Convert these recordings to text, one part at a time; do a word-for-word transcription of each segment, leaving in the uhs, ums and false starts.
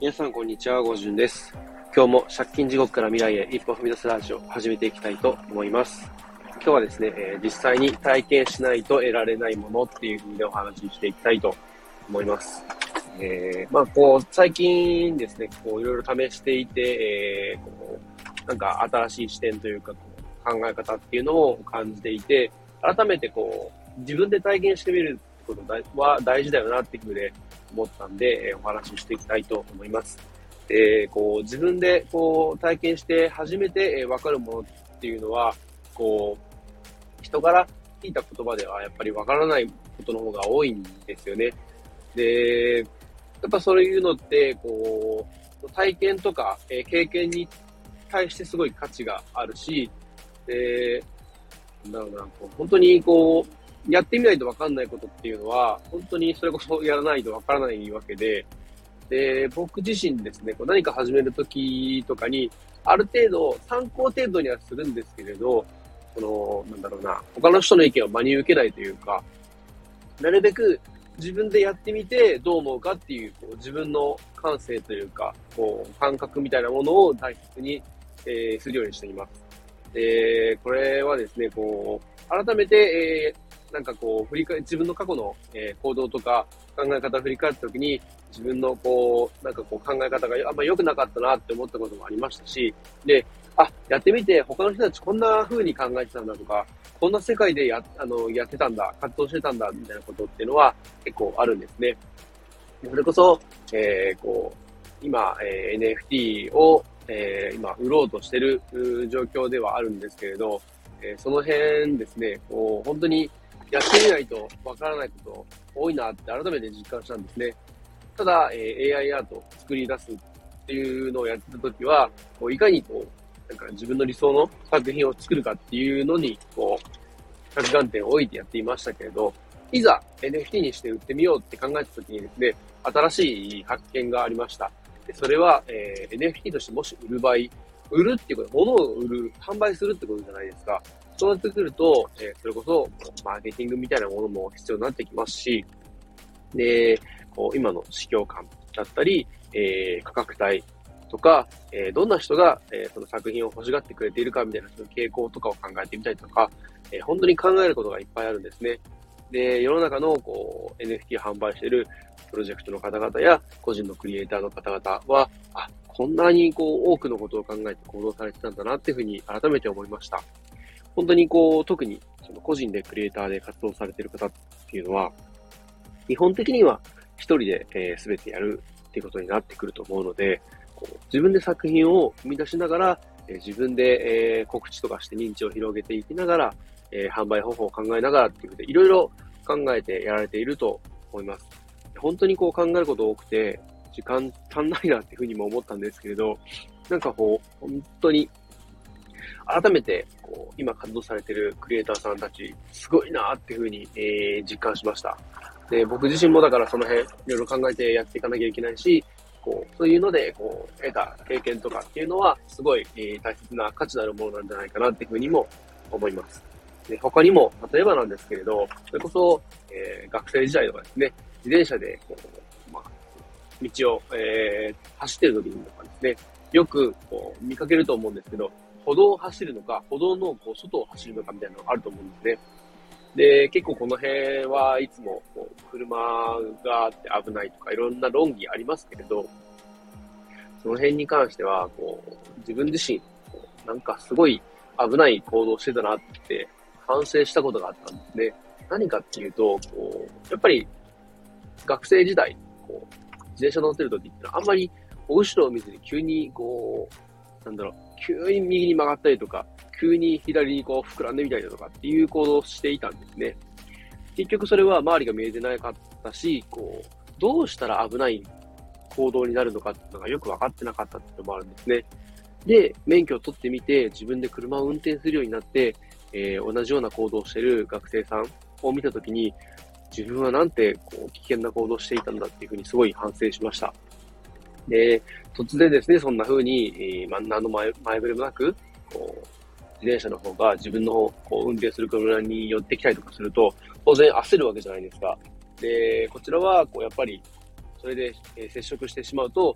皆さんこんにちは、ごじゅんです。今日も借金地獄から未来へ一歩踏み出すラジオを始めていきたいと思います。今日はですね、えー、実際に体験しないと得られないものっていう風でお話ししていきたいと思います。えー、まあこう最近ですね、こういろいろ試していて、えー、こうなんか新しい視点というかこう考え方っていうのを感じていて、改めてこう自分で体験してみることは大事だよなっていう風で思ったんで、えー、お話ししていきたいと思います。えー、こう自分でこう体験して初めてわかるものっていうのは、こう人から聞いた言葉ではやっぱりわからないことの方が多いんですよね。で、やっぱそういうのって、こう、体験とか、えー、経験に対してすごい価値があるし、で、なんだろうな、こう本当にこう、やってみないとわかんないことっていうのは、本当にそれこそやらないとわからないわけで、で、僕自身ですね、こう何か始めるときとかに、ある程度、参考程度にはするんですけれど、その、なんだろうな、他の人の意見を真に受けないというか、なるべく自分でやってみてどう思うかっていう、こう自分の感性というか、こう、感覚みたいなものを大切に、えーするようにしています。で、これはですね、こう、改めて、えーなんかこう、振り返、自分の過去の、えー行動とか考え方を振り返ったときに、自分のこう、なんかこう考え方があんま良くなかったなって思ったこともありましたし、で、あ、やってみて他の人たちこんな風に考えてたんだとか、こんな世界でや、あの、やってたんだ、活動してたんだ、みたいなことっていうのは結構あるんですね。それこそ、えー、こう、今、えー エヌエフティー を、えー今、売ろうとしてるう状況ではあるんですけれど、えーその辺ですね、こう、本当にやってみないとわからないこと多いなって改めて実感したんですね。ただ、えー エーアイ アイアートを作り出すっていうのをやってたときは、こういかにこう、なんか自分の理想の作品を作るかっていうのに、こう、着眼点を置いてやっていましたけれど、いざ エヌエフティー にして売ってみようって考えたときにですね、新しい発見がありました。でそれは、えー エヌエフティー としてもし売る場合、売るっていうこと、物を売る、販売するってことじゃないですか。そうなってくると、えーそれこそ、マーケティングみたいなものも必要になってきますし、で、こう今の市況感だったり、えー価格帯とか、えーどんな人が、えーその作品を欲しがってくれているかみたいなその傾向とかを考えてみたりとか、えー本当に考えることがいっぱいあるんですね。で、世の中のこう エヌエフティー 販売しているプロジェクトの方々や個人のクリエイターの方々は、あ、こんなにこう多くのことを考えて行動されてたんだなっていうふうに改めて思いました。本当にこう、特にその個人でクリエイターで活動されている方っていうのは、基本的には一人で、えー、全てやるっていうことになってくると思うので、こう自分で作品を生み出しながら、えー自分で、えー告知とかして認知を広げていきながら、えー販売方法を考えながらっていうことで、いろいろ考えてやられていると思います。本当にこう考えること多くて、時間足んないなっていうふうにも思ったんですけれど、なんかこう、本当に改めて、こう、今活動されているクリエイターさんたち、すごいなっていうふうに、えー実感しました。で、僕自身もだからその辺、いろいろ考えてやっていかなきゃいけないし、こう、そういうので、こう、得た経験とかっていうのは、すごい、えー大切な価値のあるものなんじゃないかなっていうふうにも思います。で、他にも、例えばなんですけれど、それこそ、えー学生時代とかですね、自転車で、こう、まあ、道を、えー走ってる時にとかですね、よく、こう、見かけると思うんですけど、歩道を走るのか、歩道のこう外を走るのかみたいなのがあると思うんですね。で、結構この辺はいつもこう車があって危ないとかいろんな論議ありますけれど、その辺に関しては、こう、自分自身、こうなんかすごい危ない行動してたなって反省したことがあったんですね。何かっていうと、こう、やっぱり学生時代、こう、自転車乗ってる時ってのはあんまり後ろを見ずに急にこう、なんだろう、急に右に曲がったりとか、急に左にこう膨らんでみたりだとかっていう行動をしていたんですね。結局それは周りが見えてなかったし、こう、どうしたら危ない行動になるのかっていうのがよく分かってなかったっていうのもあるんですね。で、免許を取ってみて、自分で車を運転するようになって、えー同じような行動をしている学生さんを見たときに、自分はなんてこう危険な行動をしていたんだっていうふうにすごい反省しました。で、突然ですね、そんな風に、えーまあ、何の前前触れもなく、こう、自転車の方が自分のこう運転する車に寄ってきたりとかすると、当然焦るわけじゃないですか。で、こちらは、こう、やっぱり、それで、えー接触してしまうと、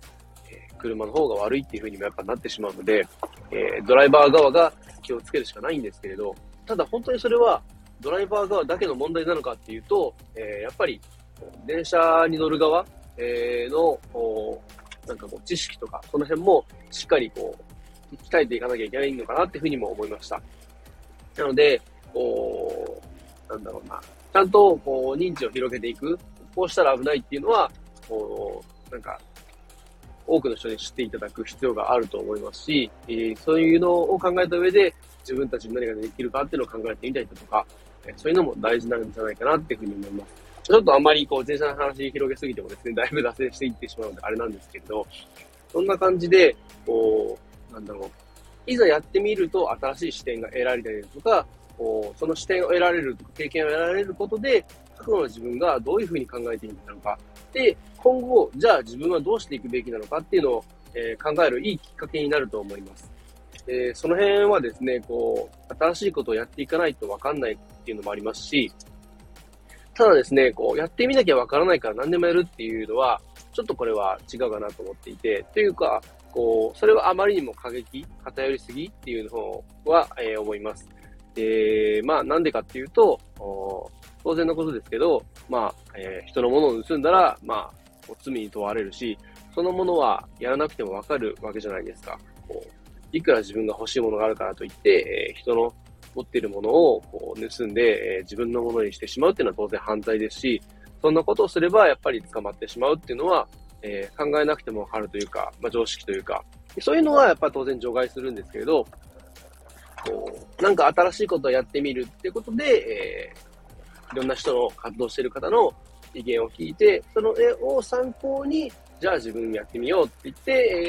えー、車の方が悪いっていう風にもやっぱなってしまうので、えー、ドライバー側が気をつけるしかないんですけれど、ただ本当にそれはドライバー側だけの問題なのかっていうと、えー、やっぱり電車に乗る側、えー、のなんかもう知識とかその辺もしっかりこう鍛えていかなきゃいけないのかなっていうふうにも思いました。なので、こうなんだろうな、ちゃんとこう認知を広げていく、こうしたら危ないっていうのは、こうなんか多くの人に知っていただく必要があると思いますし、えー、そういうのを考えた上で自分たちに何ができるかっていうのを考えてみたりだとか、えー、そういうのも大事なんじゃないかなっていうふうに思います。ちょっとあんまりこう電車の話広げすぎてもですね、だいぶ脱線していってしまうのであれなんですけれど、そんな感じで、こう、なんだろう、いざやってみると新しい視点が得られたりだとか、こうその視点を得られる、経験を得られることで、過去の自分がどういうふうに考えていたのか、で、今後、じゃあ自分はどうしていくべきなのかっていうのを、えー、考えるいいきっかけになると思います。えー、その辺はですね、こう、新しいことをやっていかないとわかんないっていうのもありますし、ただですね、こう、やってみなきゃわからないから何でもやるっていうのは、ちょっとこれは違うかなと思っていて、というか、こう、それはあまりにも過激、偏りすぎっていうのは、えー、思います。で、まあ、なんでかっていうと、当然のことですけど、まあ、えー、人のものを盗んだら、まあ、罪に問われるし、そのものはやらなくてもわかるわけじゃないですか。こう、いくら自分が欲しいものがあるからといって、えー、人の持っているものをこう盗んで、えー、自分のものにしてしまうっていうのは当然犯罪ですし、そんなことをすればやっぱり捕まってしまうっていうのは、えー、考えなくてもわかるというか、まあ、常識というか、そういうのはやっぱ当然除外するんですけれど、こう、なんか新しいことをやってみるっていうことで、えー、いろんな人の活動している方の意見を聞いて、その絵を参考に、じゃあ自分やってみようって言って、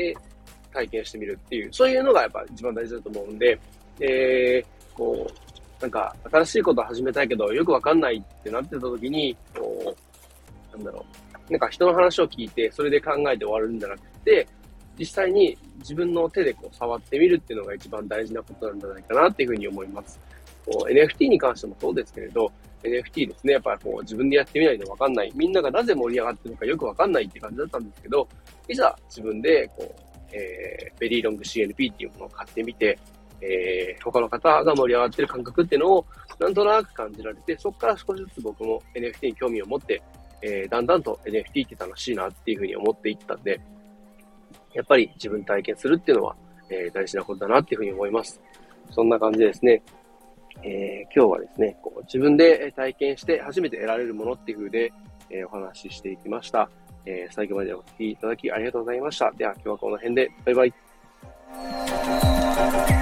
えー、体験してみるっていう、そういうのがやっぱ一番大事だと思うんで、えー、こう、なんか新しいことを始めたいけどよくわかんないってなってた時に、こう、なんだろう、なんか人の話を聞いてそれで考えて終わるんじゃなくて、実際に自分の手でこう触ってみるっていうのが一番大事なことなんじゃないかなっていうふうに思います。こう エヌエフティー に関してもそうですけれど、エヌエフティー ですね、やっぱりこう自分でやってみないとわかんない、みんながなぜ盛り上がってるのかよくわかんないって感じだったんですけど、いざ自分でこう、えー、ベリーロング シーエヌピー っていうものを買ってみて、えー、他の方が盛り上がってる感覚っていうのをなんとなく感じられて、そこから少しずつ僕も エヌエフティー に興味を持って、えー、だんだんと エヌエフティー って楽しいなっていうふうに思っていったんで、やっぱり自分体験するっていうのは、えー、大事なことだなっていうふうに思います。そんな感じでですね、えー、今日はですね、こう自分で体験して初めて得られるものっていう風で、えー、お話ししていきました。えー、最後までお聞きいただきありがとうございました。では今日はこの辺で、バイバイ。